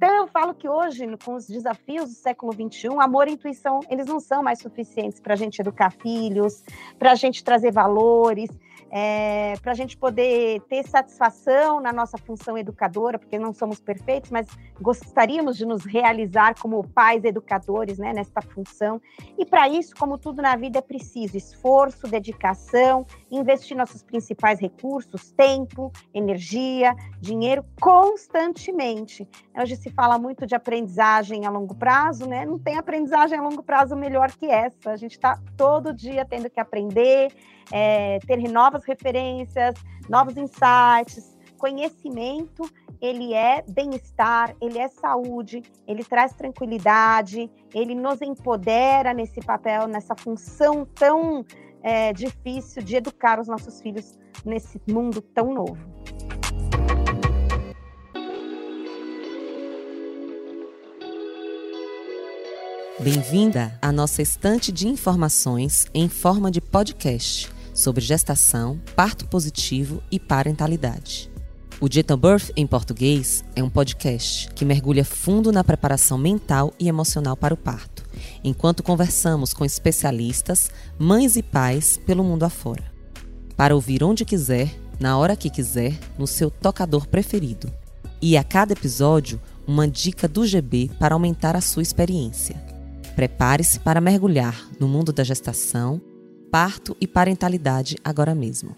Então, eu falo que hoje, com os desafios do século XXI, amor e intuição, eles não são mais suficientes para a gente educar filhos, para a gente trazer valores, para a gente poder ter satisfação na nossa função educadora, porque não somos perfeitos, mas gostaríamos de nos realizar como pais educadores, né, nesta função. E para isso, como tudo na vida, é preciso esforço, dedicação, investir nossos principais recursos, tempo, energia, dinheiro, constantemente. Hoje se fala muito de aprendizagem a longo prazo, né? Não tem aprendizagem a longo prazo melhor que essa. A gente está todo dia tendo que aprender, ter novas referências, novos insights. Conhecimento, ele é bem-estar, ele é saúde, ele traz tranquilidade, ele nos empodera nesse papel, nessa função tão difícil de educar os nossos filhos nesse mundo tão novo. Bem-vinda à nossa estante de informações em forma de podcast sobre gestação, parto positivo e parentalidade. O Gentle Birth em português é um podcast que mergulha fundo na preparação mental e emocional para o parto, enquanto conversamos com especialistas, mães e pais pelo mundo afora. Para ouvir onde quiser, na hora que quiser, no seu tocador preferido. E a cada episódio, uma dica do GB para aumentar a sua experiência. Prepare-se para mergulhar no mundo da gestação, parto e parentalidade agora mesmo.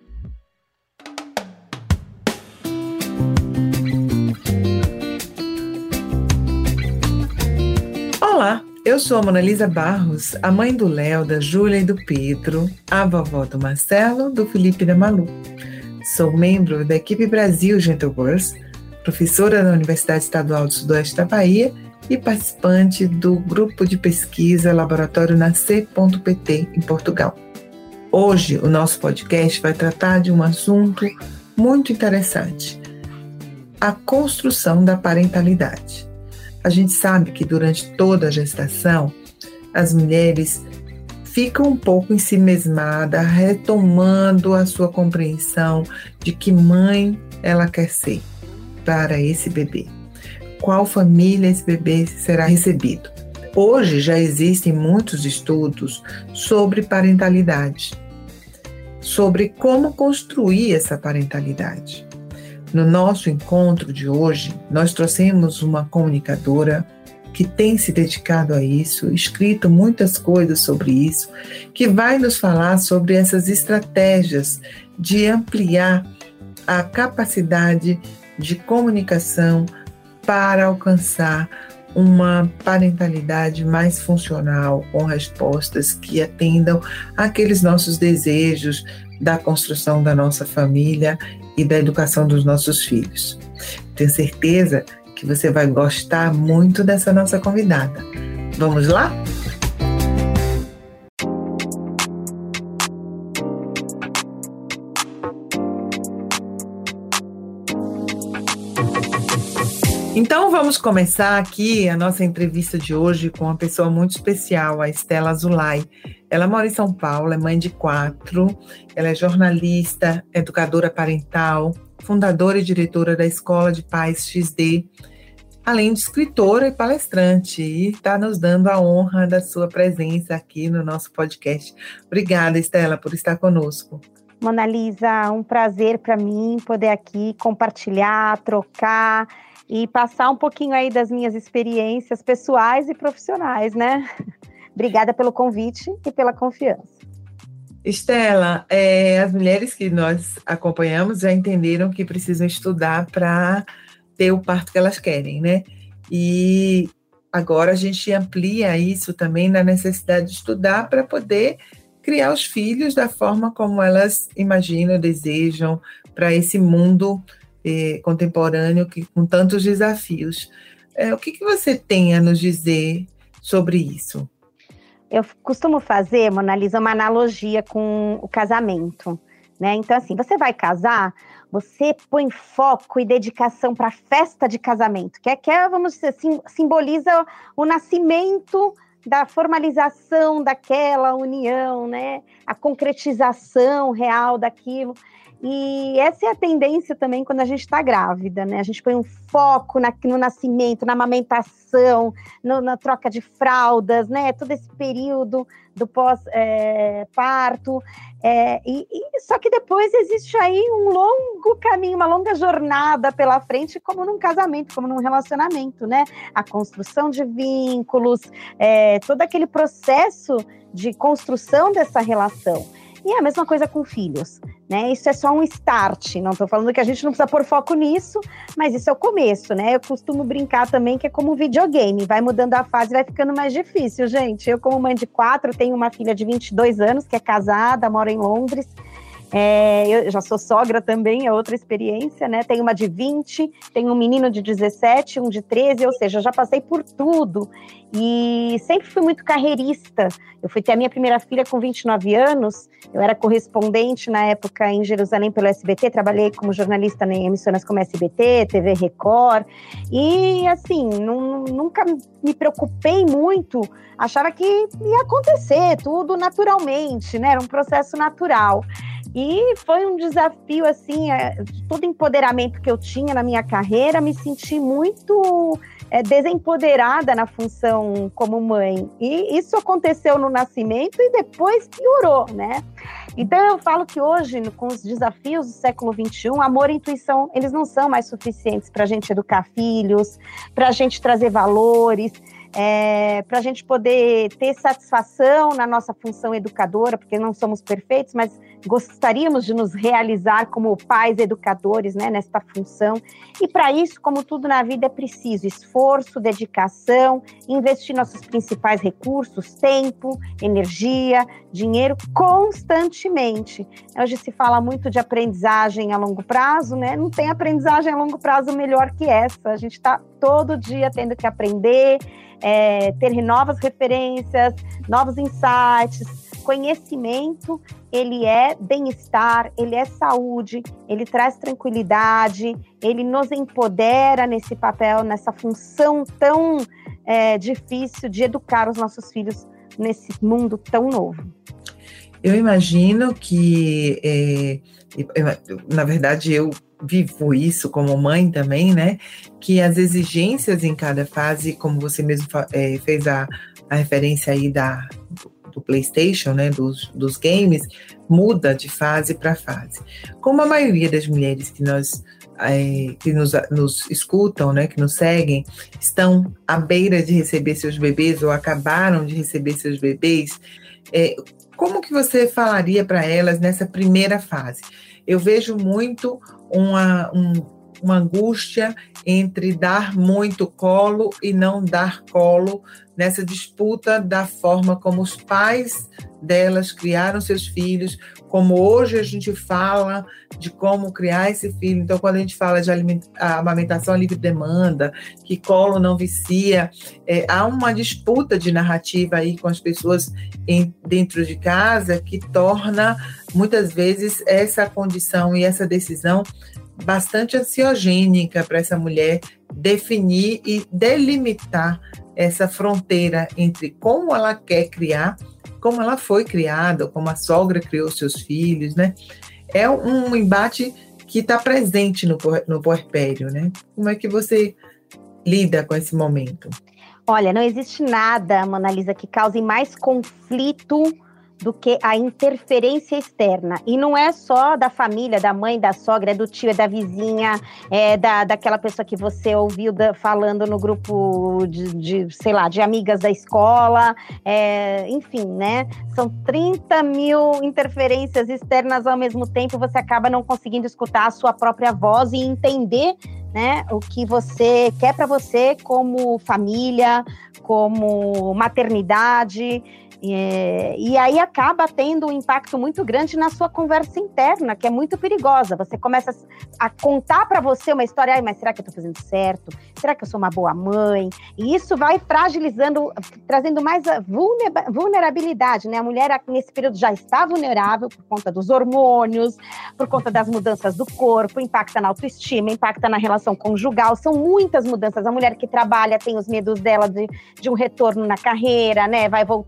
Olá, eu sou a Monalisa Barros, a mãe do Léo, da Júlia e do Pedro, a vovó do Marcelo, do Felipe e da Malu. Sou membro da equipe Brasil Gentle Birth, professora da Universidade Estadual do Sudoeste da Bahia e participante do grupo de pesquisa Laboratório Nascer.pt em Portugal. Hoje, o nosso podcast vai tratar de um assunto muito interessante: a construção da parentalidade. A gente sabe que durante toda a gestação, as mulheres ficam um pouco ensimesmadas, retomando a sua compreensão de que mãe ela quer ser para esse bebê. Qual família esse bebê será recebido? Hoje já existem muitos estudos sobre parentalidade, sobre como construir essa parentalidade. No nosso encontro de hoje, nós trouxemos uma comunicadora que tem se dedicado a isso, escrito muitas coisas sobre isso, que vai nos falar sobre essas estratégias de ampliar a capacidade de comunicação para alcançar uma parentalidade mais funcional, com respostas que atendam àqueles nossos desejos da construção da nossa família e da educação dos nossos filhos. Tenho certeza que você vai gostar muito dessa nossa convidada. Vamos lá? Então vamos começar aqui a nossa entrevista de hoje com uma pessoa muito especial, a Estela Azulay. Ela mora em São Paulo, é mãe de 4, ela é jornalista, educadora parental, fundadora e diretora da Escola de Pais XD, além de escritora e palestrante, e está nos dando a honra da sua presença aqui no nosso podcast. Obrigada, Estela, por estar conosco. Monalisa, um prazer para mim poder aqui compartilhar, trocar e passar um pouquinho aí das minhas experiências pessoais e profissionais, né? Obrigada pelo convite e pela confiança. Estela, as mulheres que nós acompanhamos já entenderam que precisam estudar para ter o parto que elas querem, né? E agora a gente amplia isso também na necessidade de estudar para poder criar os filhos da forma como elas imaginam, desejam, para esse mundo contemporâneo com tantos desafios. O que você tem a nos dizer sobre isso? Eu costumo fazer, Monalisa, uma analogia com o casamento, né? Então, assim, você vai casar, você põe foco e dedicação para a festa de casamento, que vamos dizer assim, simboliza o nascimento da formalização daquela união, né? A concretização real daquilo. E essa é a tendência também quando a gente está grávida, né? A gente põe um foco no nascimento, na amamentação, na troca de fraldas, né? Todo esse período do pós-parto. Só que depois existe aí um longo caminho, uma longa jornada pela frente, como num casamento, como num relacionamento, né? A construção de vínculos, todo aquele processo de construção dessa relação. E é a mesma coisa com filhos, né? Isso é só um start, não estou falando que a gente não precisa pôr foco nisso, mas isso é o começo, né? Eu costumo brincar também que é como um videogame, vai mudando a fase, vai ficando mais difícil, gente. Eu, como mãe de 4, tenho uma filha de 22 anos, que é casada, mora em Londres. Eu já sou sogra também, é outra experiência, né? Tenho uma de 20, tenho um menino de 17, um de 13, ou seja, já passei por tudo. E sempre fui muito carreirista. Eu fui ter a minha primeira filha com 29 anos, eu era correspondente na época em Jerusalém pelo SBT, trabalhei como jornalista em emissoras como SBT, TV Record, e assim, nunca me preocupei muito, achava que ia acontecer tudo naturalmente, né? Era um processo natural. E foi um desafio, assim, todo empoderamento que eu tinha na minha carreira, me senti muito desempoderada na função como mãe. E isso aconteceu no nascimento e depois piorou, né? Então eu falo que hoje, com os desafios do século XXI, amor e intuição, eles não são mais suficientes para a gente educar filhos, para a gente trazer valores, para a gente poder ter satisfação na nossa função educadora, porque não somos perfeitos, mas gostaríamos de nos realizar como pais educadores, né, nesta função. E para isso, como tudo na vida, é preciso esforço, dedicação, investir nossos principais recursos, tempo, energia, dinheiro, constantemente. Hoje se fala muito de aprendizagem a longo prazo, né? Não tem aprendizagem a longo prazo melhor que essa. A gente está todo dia tendo que aprender, ter novas referências, novos insights. Conhecimento, ele é bem-estar, ele é saúde, ele traz tranquilidade, ele nos empodera nesse papel, nessa função tão difícil de educar os nossos filhos nesse mundo tão novo. Eu imagino que, na verdade, eu vivo isso como mãe também, né? Que as exigências em cada fase, como você mesmo fez a referência aí do PlayStation, né, dos games, muda de fase para fase. Como a maioria das mulheres que nos escutam, né, que nos seguem, estão à beira de receber seus bebês ou acabaram de receber seus bebês, como que você falaria para elas nessa primeira fase? Eu vejo muito uma angústia entre dar muito colo e não dar colo nessa disputa da forma como os pais delas criaram seus filhos, como hoje a gente fala de como criar esse filho. Então, quando a gente fala de amamentação a livre demanda, que colo não vicia, há uma disputa de narrativa aí com as pessoas dentro de casa que torna, muitas vezes, essa condição e essa decisão bastante ansiogênica para essa mulher definir e delimitar essa fronteira entre como ela quer criar, como ela foi criada, como a sogra criou seus filhos, né? É um embate que está presente no puerpério, né? Como é que você lida com esse momento? Olha, não existe nada, Mona Lisa, que cause mais conflito do que a interferência externa. E não é só da família, da mãe, da sogra, é do tio, é da vizinha, daquela pessoa que você ouviu falando no grupo de amigas da escola, enfim, né? São 30 mil interferências externas ao mesmo tempo, você acaba não conseguindo escutar a sua própria voz e entender, né, o que você quer para você como família, como maternidade. E aí acaba tendo um impacto muito grande na sua conversa interna, que é muito perigosa. Você começa a contar para você uma história, mas será que eu estou fazendo certo? Será que eu sou uma boa mãe? E isso vai fragilizando, trazendo mais vulnerabilidade, né? A mulher nesse período já está vulnerável por conta dos hormônios, por conta das mudanças do corpo, impacta na autoestima, impacta na relação conjugal, são muitas mudanças. A mulher que trabalha tem os medos dela de um retorno na carreira, né? Vai voltar muito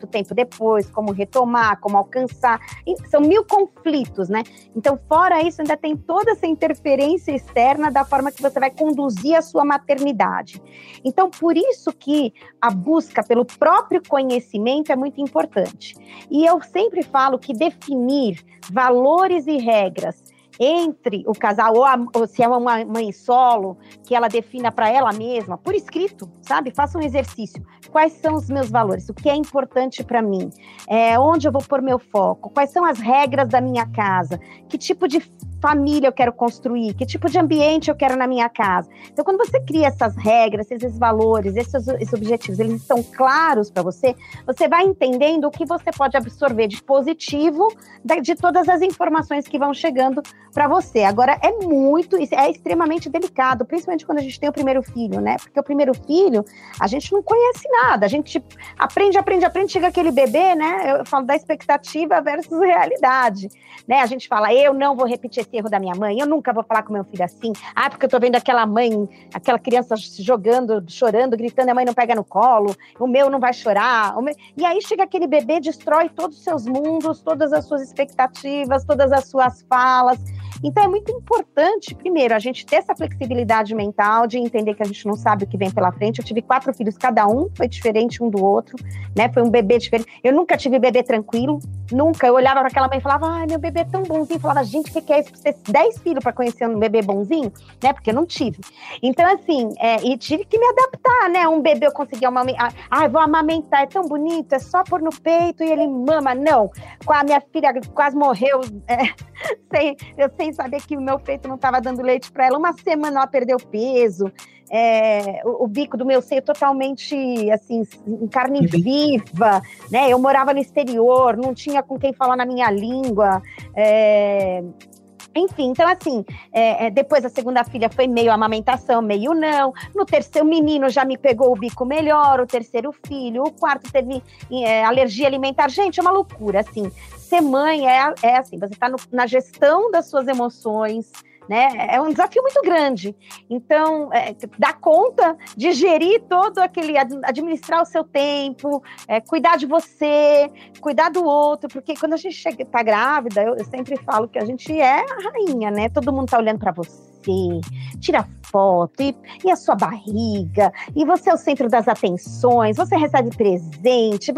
tempo depois, como retomar, como alcançar. São 1000 conflitos, né? Então, fora isso, ainda tem toda essa interferência externa da forma que você vai conduzir a sua maternidade. Então, por isso que a busca pelo próprio conhecimento é muito importante. E eu sempre falo que definir valores e regras entre o casal, ou se é uma mãe solo, que ela defina para ela mesma, por escrito, sabe? Faça um exercício. Quais são os meus valores? O que é importante para mim? Onde eu vou pôr meu foco? Quais são as regras da minha casa? Que tipo de família eu quero construir? Que tipo de ambiente eu quero na minha casa? Então, quando você cria essas regras, esses valores, esses objetivos, eles estão claros para você, você vai entendendo o que você pode absorver de positivo de todas as informações que vão chegando para você. Agora, é extremamente delicado, principalmente quando a gente tem o primeiro filho, né? Porque o primeiro filho, a gente não conhece nada, a gente aprende, chega aquele bebê, né? Eu falo da expectativa versus realidade, né? A gente fala, eu não vou repetir esse erro da minha mãe, eu nunca vou falar com meu filho assim, porque eu tô vendo aquela mãe, aquela criança jogando, chorando, gritando, a mãe não pega no colo, o meu não vai chorar, e aí chega aquele bebê, destrói todos os seus mundos, todas as suas expectativas, todas as suas falas. Então é muito importante, primeiro, a gente ter essa flexibilidade mental de entender que a gente não sabe o que vem pela frente. Eu tive 4 filhos, cada um foi diferente um do outro, né? Foi um bebê diferente. Eu nunca tive bebê tranquilo, nunca. Eu olhava para aquela mãe e falava, ai, meu bebê é tão bonzinho. Eu falava, gente, o que é isso? Você ter 10 filhos para conhecer um bebê bonzinho, né? Porque eu não tive. Então, assim, e tive que me adaptar, né? Um bebê eu consegui amamentar. Vou amamentar, é tão bonito, é só pôr no peito e ele mama. Não, a minha filha quase morreu, sem saber que o meu peito não estava dando leite para ela. Uma semana ela perdeu peso, o bico do meu seio totalmente, assim, em carne viva, né? Eu morava no exterior, não tinha com quem falar na minha língua, enfim, então assim, depois a segunda filha foi meio amamentação, meio não. No terceiro, o menino já me pegou o bico melhor, o terceiro filho, o quarto teve alergia alimentar. Gente, é uma loucura, assim. Ser mãe é assim, você está na gestão das suas emoções, né? É um desafio muito grande. Então, dar conta de gerir todo aquele, administrar o seu tempo, cuidar de você, cuidar do outro, porque quando a gente está grávida, eu sempre falo que a gente é a rainha, né? Todo mundo está olhando para você, tira foto, e a sua barriga, e você é o centro das atenções, você recebe presente,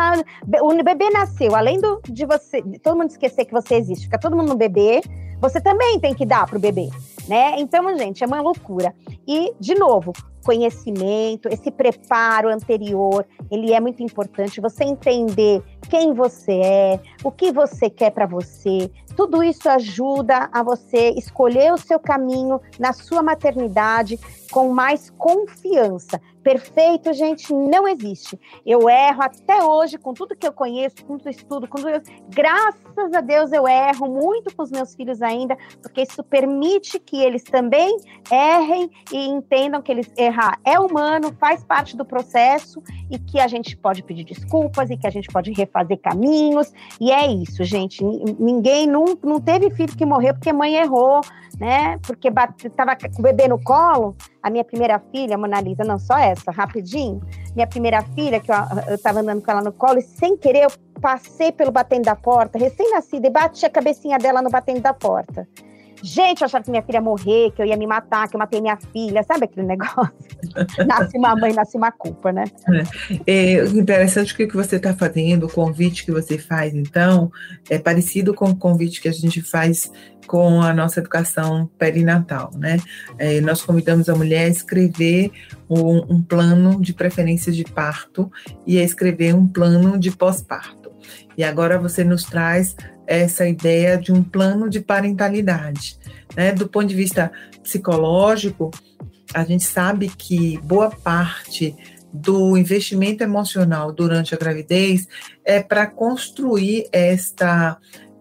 o bebê nasceu, além de você, todo mundo esquecer que você existe, fica todo mundo no bebê, você também tem que dar pro bebê, né? Então, gente, é uma loucura. E, de novo, conhecimento, esse preparo anterior, ele é muito importante. Você entender quem você é, o que você quer para você, tudo isso ajuda a você escolher o seu caminho na sua maternidade com mais confiança. Perfeito, gente, não existe. Eu erro até hoje com tudo que eu conheço, com tudo estudo, graças a Deus eu erro muito com os meus filhos ainda, porque isso permite que eles também errem e entendam que errar é humano, faz parte do processo e que a gente pode pedir desculpas e que a gente pode refazer caminhos. E é isso, gente. Ninguém não teve filho que morreu porque mãe errou, né? Porque estava com o bebê no colo. A minha primeira filha, Mona Lisa, não só essa, rapidinho. Minha primeira filha, que eu estava andando com ela no colo e sem querer eu passei pelo batente da porta, recém-nascida, e bati a cabecinha dela no batente da porta. Gente, eu achava que minha filha ia morrer, que eu ia me matar, que eu matei minha filha, sabe aquele negócio? Nasce uma mãe, nasce uma culpa, né? Interessante que o que você está fazendo, o convite que você faz, então, é parecido com o convite que a gente faz com a nossa educação perinatal, né? Nós convidamos a mulher a escrever um plano de preferência de parto e a escrever um plano de pós-parto. E agora você nos traz essa ideia de um plano de parentalidade, né? Do ponto de vista psicológico, a gente sabe que boa parte do investimento emocional durante a gravidez é para construir esta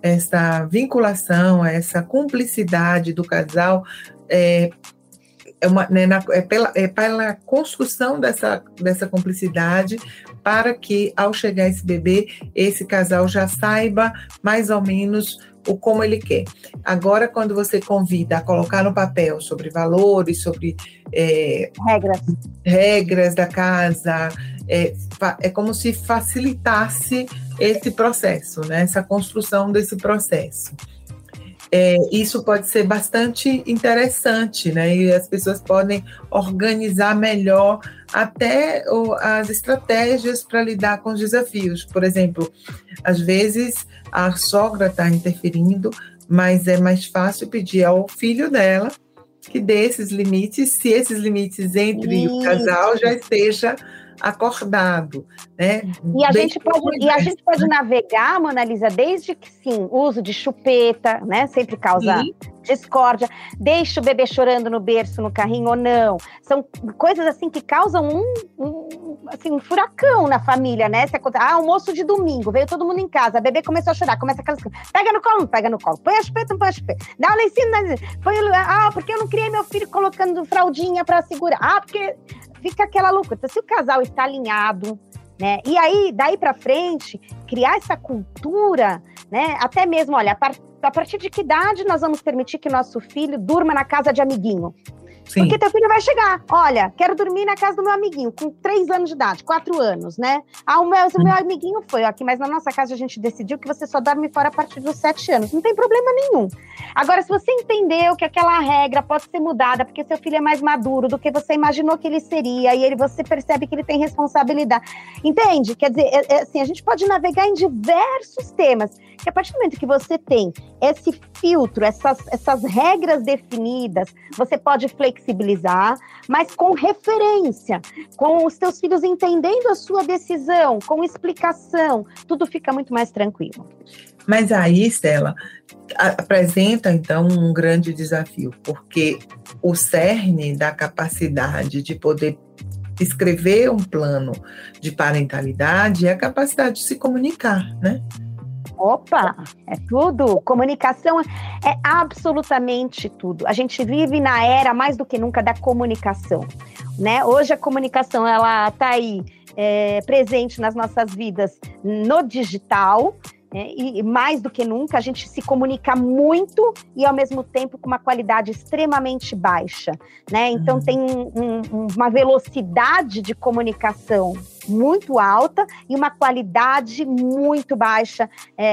vinculação, essa cumplicidade do casal, pela construção dessa cumplicidade, para que, ao chegar esse bebê, esse casal já saiba mais ou menos como ele quer. Agora, quando você convida a colocar no papel sobre valores, sobre regras da casa, é como se facilitasse esse processo, né? Essa construção desse processo. Isso pode ser bastante interessante, né? E as pessoas podem organizar melhor até as estratégias para lidar com os desafios. Por exemplo, às vezes a sogra está interferindo, mas é mais fácil pedir ao filho dela que dê esses limites, se esses limites entre o casal já esteja acordado, né? E a gente pode navegar, Mona Lisa, desde que, sim, uso de chupeta, né? Sempre causa discórdia, deixa o bebê chorando no berço, no carrinho ou não. São coisas assim que causam um furacão na família, né? Almoço de domingo, veio todo mundo em casa, a bebê começou a chorar, começa aquelas coisas, pega no colo, não pega no colo, põe a chupeta, não põe a chupeta, dá o lencinho, porque eu não criei meu filho colocando fraldinha para segurar, porque fica aquela loucura. Então, se o casal está alinhado, né? E aí, daí para frente, criar essa cultura, né? Até mesmo, olha, a partir de que idade nós vamos permitir que nosso filho durma na casa de amiguinho? Sim. Porque teu filho vai chegar, olha, quero dormir na casa do meu amiguinho, com 3 anos de idade, 4 anos, né? O meu amiguinho foi aqui, mas na nossa casa a gente decidiu que você só dorme fora a partir dos 7 anos, não tem problema nenhum. Agora, se você entendeu que aquela regra pode ser mudada, porque seu filho é mais maduro do que você imaginou que ele seria, e você percebe que ele tem responsabilidade, entende? Quer dizer, assim, a gente pode navegar em diversos temas, que a partir do momento que você tem esse filtro, essas regras definidas, você pode flexibilizar, mas com referência, com os teus filhos entendendo a sua decisão, com explicação, tudo fica muito mais tranquilo. Mas aí, Stella, apresenta, então, um grande desafio, porque o cerne da capacidade de poder escrever um plano de parentalidade é a capacidade de se comunicar, né? Opa, é tudo. Comunicação é absolutamente tudo. A gente vive na era, mais do que nunca, da comunicação, né? Hoje a comunicação, ela está aí presente nas nossas vidas no digital, e mais do que nunca a gente se comunica muito e ao mesmo tempo com uma qualidade extremamente baixa, né? Então tem uma velocidade de comunicação muito alta e uma qualidade muito baixa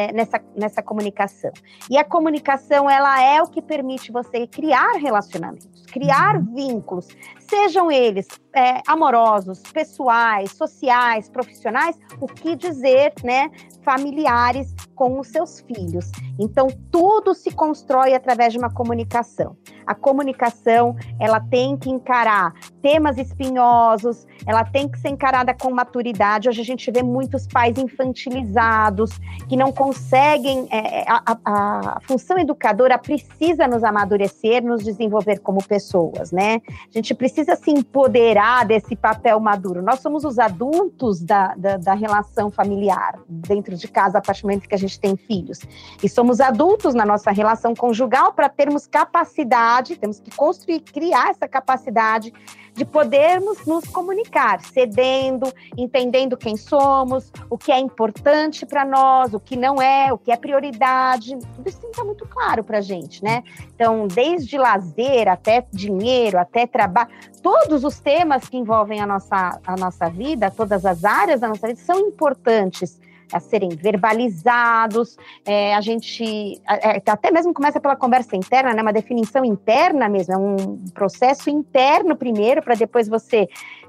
nessa comunicação. E a comunicação, ela é o que permite você criar relacionamentos, criar vínculos, sejam eles amorosos, pessoais, sociais, profissionais, o que dizer, né, familiares com os seus filhos. Então, tudo se constrói através de uma comunicação. A comunicação, ela tem que encarar temas espinhosos, ela tem que ser encarada com maturidade. Hoje a gente vê muitos pais infantilizados, que não conseguem... A função educadora precisa nos amadurecer, nos desenvolver como pessoas, né? A gente precisa se empoderar desse papel maduro. Nós somos os adultos da relação familiar, dentro de casa, a partir do momento que a gente tem filhos. E somos adultos na nossa relação conjugal para termos capacidade, temos que construir, criar essa capacidade de podermos nos comunicar, cedendo, entendendo quem somos, o que é importante para nós, o que não é, o que é prioridade, tudo isso tem que estar muito claro para a gente, né? Então, desde lazer até dinheiro, até trabalho, todos os temas que envolvem a nossa vida, todas as áreas da nossa vida são importantes a serem verbalizados, a gente até mesmo começa pela conversa interna, né, uma definição interna mesmo, é um processo interno primeiro, para depois você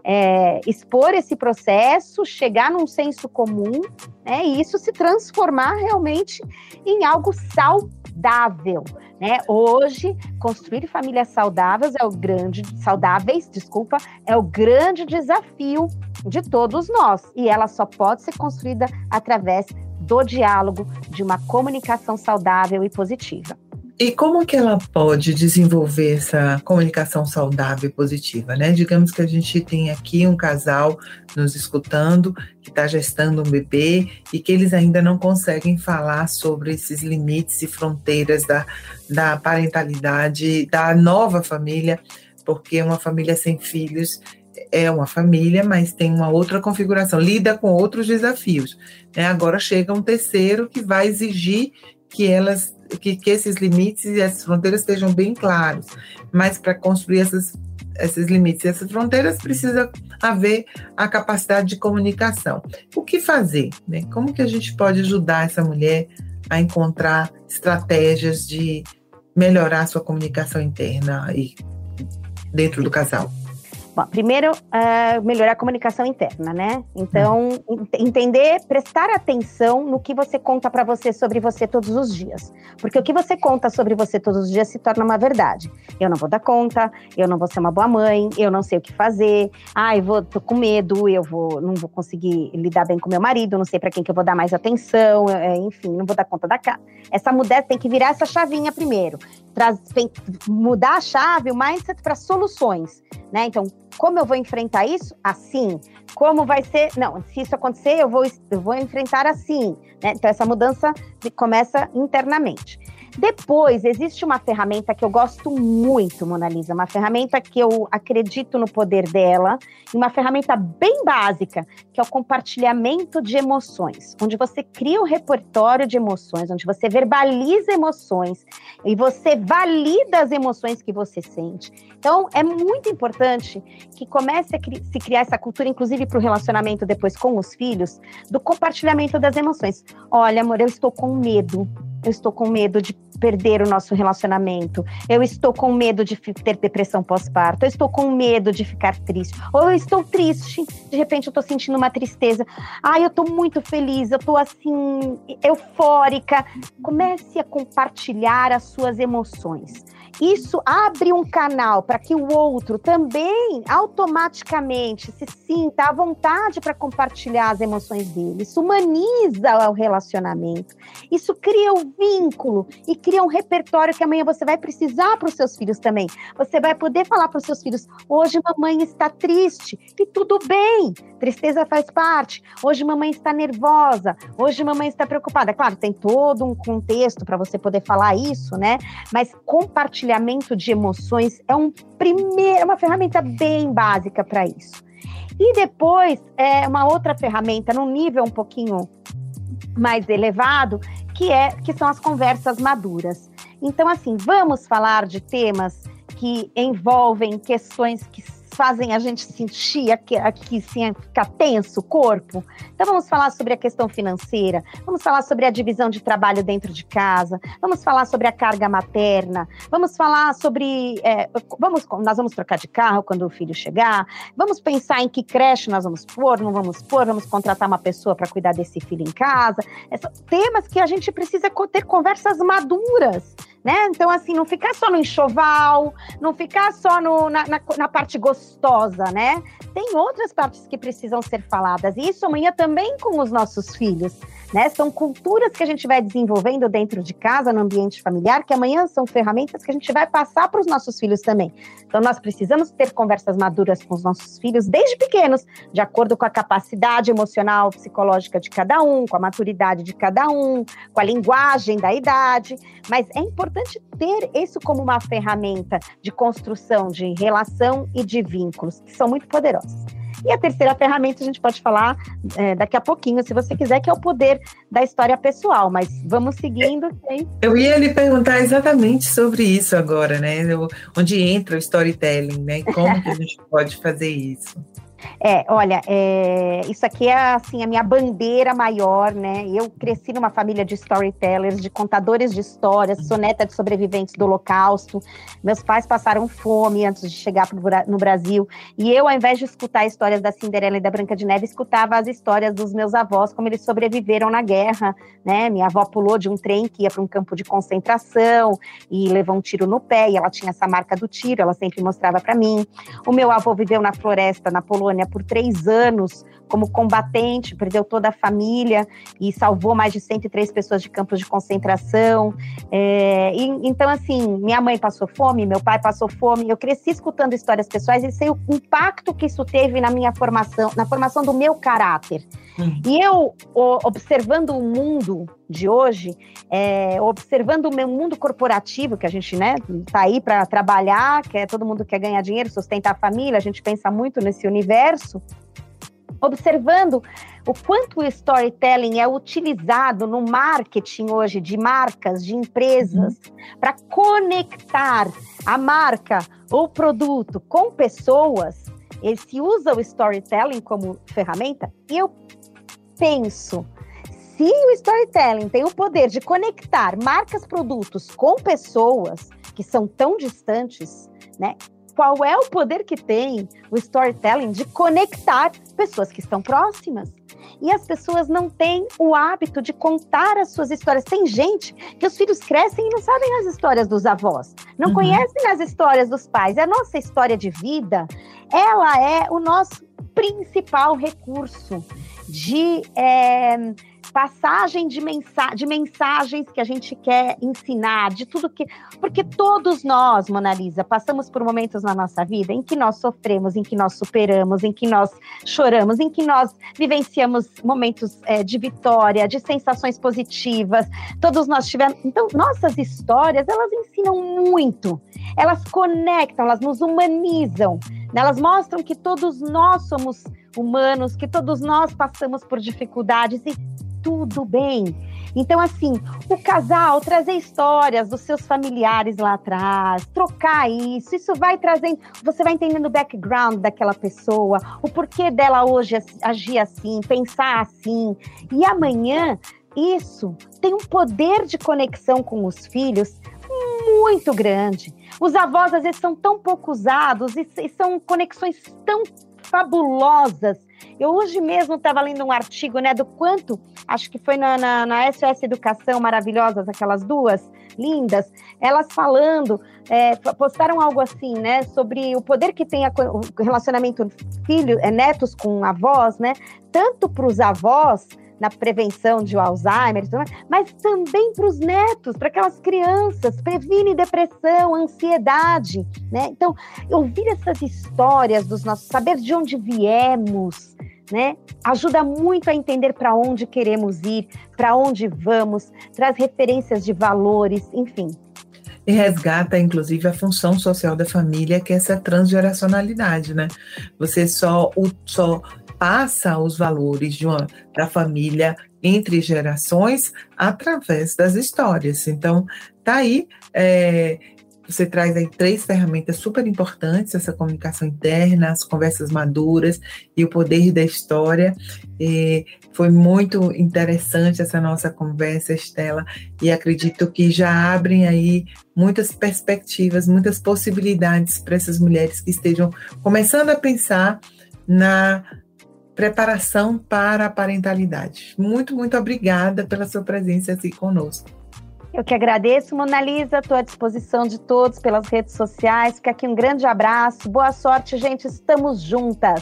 expor esse processo, chegar num senso comum, né, e isso se transformar realmente em algo saudável, né? Hoje, construir famílias saudáveis é o grande desafio de todos nós, e ela só pode ser construída através do diálogo, de uma comunicação saudável e positiva. E como que ela pode desenvolver essa comunicação saudável e positiva, né? Digamos que a gente tem aqui um casal nos escutando, que está gestando um bebê e que eles ainda não conseguem falar sobre esses limites e fronteiras da parentalidade, da nova família, porque uma família sem filhos é uma família, mas tem uma outra configuração, lida com outros desafios, né? Agora chega um terceiro que vai exigir que esses limites e essas fronteiras estejam bem claros, mas para construir esses limites e essas fronteiras, precisa haver a capacidade de comunicação. O que fazer, né? Como que a gente pode ajudar essa mulher a encontrar estratégias de melhorar a sua comunicação interna e dentro do casal? Bom, primeiro, melhorar a comunicação interna, né? Então, entender, prestar atenção no que você conta para você sobre você todos os dias. Porque o que você conta sobre você todos os dias se torna uma verdade. Eu não vou dar conta, eu não vou ser uma boa mãe, eu não sei o que fazer, tô com medo, não vou conseguir lidar bem com meu marido, não sei para quem que eu vou dar mais atenção, enfim, não vou dar conta da casa. Essa mudança tem que virar essa chavinha primeiro. Mudar a chave, o mindset para soluções, né? Então, como eu vou enfrentar isso? Assim. Como vai ser? Não, se isso acontecer, eu vou enfrentar assim, né? Então, essa mudança começa internamente. Depois, existe uma ferramenta que eu gosto muito, Mona Lisa, uma ferramenta que eu acredito no poder dela, e uma ferramenta bem básica, que é o compartilhamento de emoções, onde você cria um repertório de emoções, onde você verbaliza emoções, e você valida as emoções que você sente. Então, é muito importante que comece a se criar essa cultura, inclusive para o relacionamento depois com os filhos, do compartilhamento das emoções. Olha, amor, eu estou com medo. Eu estou com medo de perder o nosso relacionamento. Eu estou com medo de ter depressão pós-parto. Eu estou com medo de ficar triste. Ou eu estou triste. De repente eu estou sentindo uma tristeza. Eu estou muito feliz. Eu estou assim, eufórica. Comece a compartilhar as suas emoções. Isso abre um canal para que o outro também automaticamente se sinta à vontade para compartilhar as emoções dele. Isso humaniza o relacionamento. Isso cria um vínculo e cria um repertório que amanhã você vai precisar para os seus filhos também. Você vai poder falar para os seus filhos: hoje mamãe está triste e tudo bem, tristeza faz parte. Hoje mamãe está nervosa, hoje mamãe está preocupada. Claro, tem todo um contexto para você poder falar isso, né? Mas compartilhamento de emoções é uma ferramenta bem básica para isso. E depois, uma outra ferramenta, num nível um pouquinho mais elevado, que são as conversas maduras. Então, assim, vamos falar de temas que envolvem questões que fazem a gente sentir aqui assim, ficar tenso o corpo. Então vamos falar sobre a questão financeira, vamos falar sobre a divisão de trabalho dentro de casa, vamos falar sobre a carga materna, vamos falar sobre, nós vamos trocar de carro quando o filho chegar, vamos pensar em que creche nós vamos pôr, não vamos pôr, vamos contratar uma pessoa para cuidar desse filho em casa. Temas que a gente precisa ter conversas maduras, né? Então, assim, não ficar só no enxoval, não ficar só na parte gostosa, né? Tem outras partes que precisam ser faladas, e isso amanhã também com os nossos filhos, né? São culturas que a gente vai desenvolvendo dentro de casa, no ambiente familiar, que amanhã são ferramentas que a gente vai passar para os nossos filhos também. Então, nós precisamos ter conversas maduras com os nossos filhos desde pequenos, de acordo com a capacidade emocional, psicológica de cada um, com a maturidade de cada um, com a linguagem da idade, mas é importante ter isso como uma ferramenta de construção de relação e de vínculos, que são muito poderosas. E a terceira ferramenta a gente pode falar daqui a pouquinho, se você quiser, que é o poder da história pessoal, mas vamos seguindo. Eu ia lhe perguntar exatamente sobre isso agora, né? Onde entra o storytelling, né? Como que a gente pode fazer isso? Olha, isso aqui é assim, a minha bandeira maior, né? Eu cresci numa família de storytellers, de contadores de histórias, sou neta de sobreviventes do Holocausto. Meus pais passaram fome antes de chegar no Brasil, e eu, ao invés de escutar histórias da Cinderela e da Branca de Neve, escutava as histórias dos meus avós, como eles sobreviveram na guerra, né? Minha avó pulou de um trem que ia para um campo de concentração e levou um tiro no pé, e ela tinha essa marca do tiro, ela sempre mostrava para mim. O meu avô viveu na floresta, na Polônia, por 3 anos como combatente, perdeu toda a família e salvou mais de 103 pessoas de campos de concentração. Então, assim, minha mãe passou fome, meu pai passou fome, eu cresci escutando histórias pessoais e sei o impacto que isso teve na minha formação, na formação do meu caráter. E eu, observando o mundo de hoje, observando o meu mundo corporativo, que a gente, né, tá aí para trabalhar, todo mundo quer ganhar dinheiro, sustentar a família, a gente pensa muito nesse universo, observando o quanto o storytelling é utilizado no marketing hoje de marcas, de empresas, para conectar a marca ou produto com pessoas. Ele se usa o storytelling como ferramenta, e eu penso, se o storytelling tem o poder de conectar marcas, produtos com pessoas que são tão distantes, né? Qual é o poder que tem o storytelling de conectar pessoas que estão próximas? E as pessoas não têm o hábito de contar as suas histórias. Tem gente que os filhos crescem e não sabem as histórias dos avós, não conhecem as histórias dos pais. A nossa história de vida, ela é o nosso principal recurso de passagem de mensagens que a gente quer ensinar, de tudo que... Porque todos nós, Mona Lisa, passamos por momentos na nossa vida em que nós sofremos, em que nós superamos, em que nós choramos, em que nós vivenciamos momentos de vitória, de sensações positivas. Todos nós tivemos... Então, nossas histórias, elas ensinam muito. Elas conectam, elas nos humanizam. Elas mostram que todos nós somos humanos, que todos nós passamos por dificuldades e tudo bem. Então, assim, o casal trazer histórias dos seus familiares lá atrás, trocar isso vai trazendo, você vai entendendo o background daquela pessoa, o porquê dela hoje agir assim, pensar assim. E amanhã, isso tem um poder de conexão com os filhos muito grande. Os avós, às vezes, são tão pouco usados e são conexões tão fabulosas. Eu hoje mesmo estava lendo um artigo, né, do quanto, acho que foi na SOS Educação, maravilhosas, aquelas duas lindas, elas falando, postaram algo assim, né, sobre o poder que tem o relacionamento netos com avós, né, tanto para os avós, na prevenção de Alzheimer, mas também para os netos, para aquelas crianças, previne depressão, ansiedade, né? Então, ouvir essas histórias dos nossos, saber de onde viemos, né? Ajuda muito a entender para onde queremos ir, para onde vamos, traz referências de valores, enfim. E resgata, inclusive, a função social da família, que é essa transgeracionalidade, né? Você só passa os valores da família entre gerações através das histórias. Então, tá aí, você traz aí 3 ferramentas super importantes, essa comunicação interna, as conversas maduras e o poder da história. Foi muito interessante essa nossa conversa, Estela, e acredito que já abrem aí muitas perspectivas, muitas possibilidades para essas mulheres que estejam começando a pensar na preparação para a parentalidade. Muito, muito obrigada pela sua presença aqui conosco. Eu que agradeço, Mona Lisa, estou à disposição de todos pelas redes sociais. Fica aqui um grande abraço, boa sorte, gente, estamos juntas.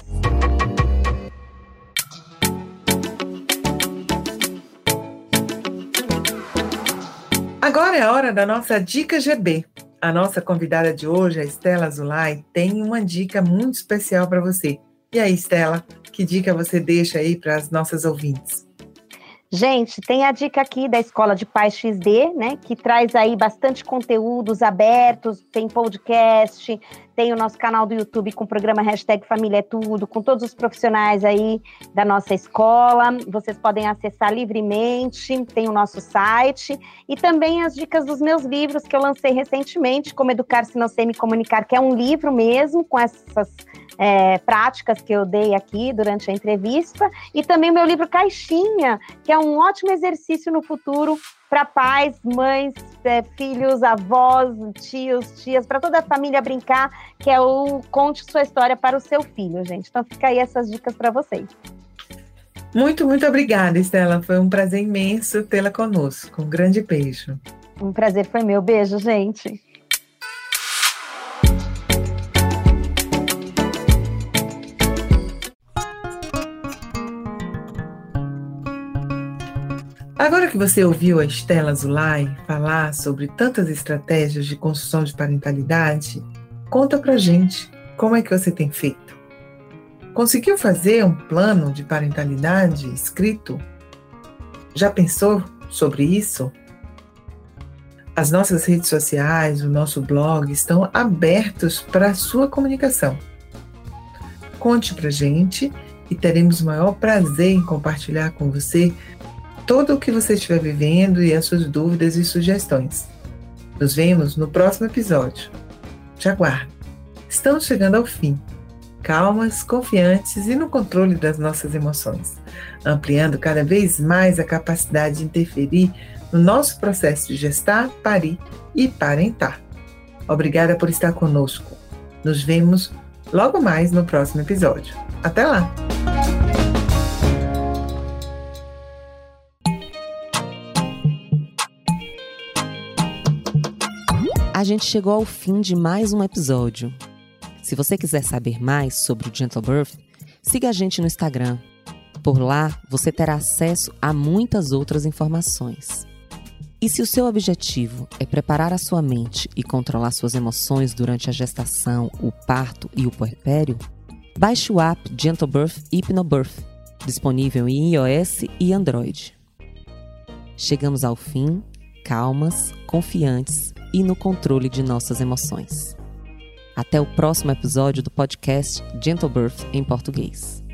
Agora é a hora da nossa Dica GB. A nossa convidada de hoje, a Estela Zulay, tem uma dica muito especial para você. E aí, Estela, que dica você deixa aí para as nossas ouvintes? Gente, tem a dica aqui da Escola de Pais XD, né, que traz aí bastante conteúdos abertos, tem podcast, tem o nosso canal do YouTube com o programa #Família é Tudo, com todos os profissionais aí da nossa escola, vocês podem acessar livremente, tem o nosso site, e também as dicas dos meus livros que eu lancei recentemente, Como Educar Se Não Sei Me Comunicar, que é um livro mesmo, com essas práticas que eu dei aqui durante a entrevista, e também o meu livro Caixinha, que é um ótimo exercício no futuro para pais, mães, filhos, avós, tios, tias, para toda a família brincar, que é o Conte Sua História para o Seu Filho, gente. Então fica aí essas dicas para vocês. Muito, muito obrigada, Estela. Foi um prazer imenso tê-la conosco. Um grande beijo. Um prazer foi meu. Beijo, gente. Agora que você ouviu a Estela Zulay falar sobre tantas estratégias de construção de parentalidade, conta pra gente como é que você tem feito. Conseguiu fazer um plano de parentalidade escrito? Já pensou sobre isso? As nossas redes sociais, o nosso blog estão abertos para a sua comunicação. Conte pra gente e teremos o maior prazer em compartilhar com você tudo o que você estiver vivendo e as suas dúvidas e sugestões. Nos vemos no próximo episódio. Te aguardo. Estamos chegando ao fim. Calmas, confiantes e no controle das nossas emoções, ampliando cada vez mais a capacidade de interferir no nosso processo de gestar, parir e parentar. Obrigada por estar conosco. Nos vemos logo mais no próximo episódio. Até lá! A gente chegou ao fim de mais um episódio. Se você quiser saber mais sobre o Gentle Birth, siga a gente no Instagram. Por lá, você terá acesso a muitas outras informações. E se o seu objetivo é preparar a sua mente e controlar suas emoções durante a gestação, o parto e o puerpério, baixe o app Gentle Birth Hypnobirth, disponível em iOS e Android. Chegamos ao fim, calmas, confiantes e no controle de nossas emoções. Até o próximo episódio do podcast Gentle Birth em português.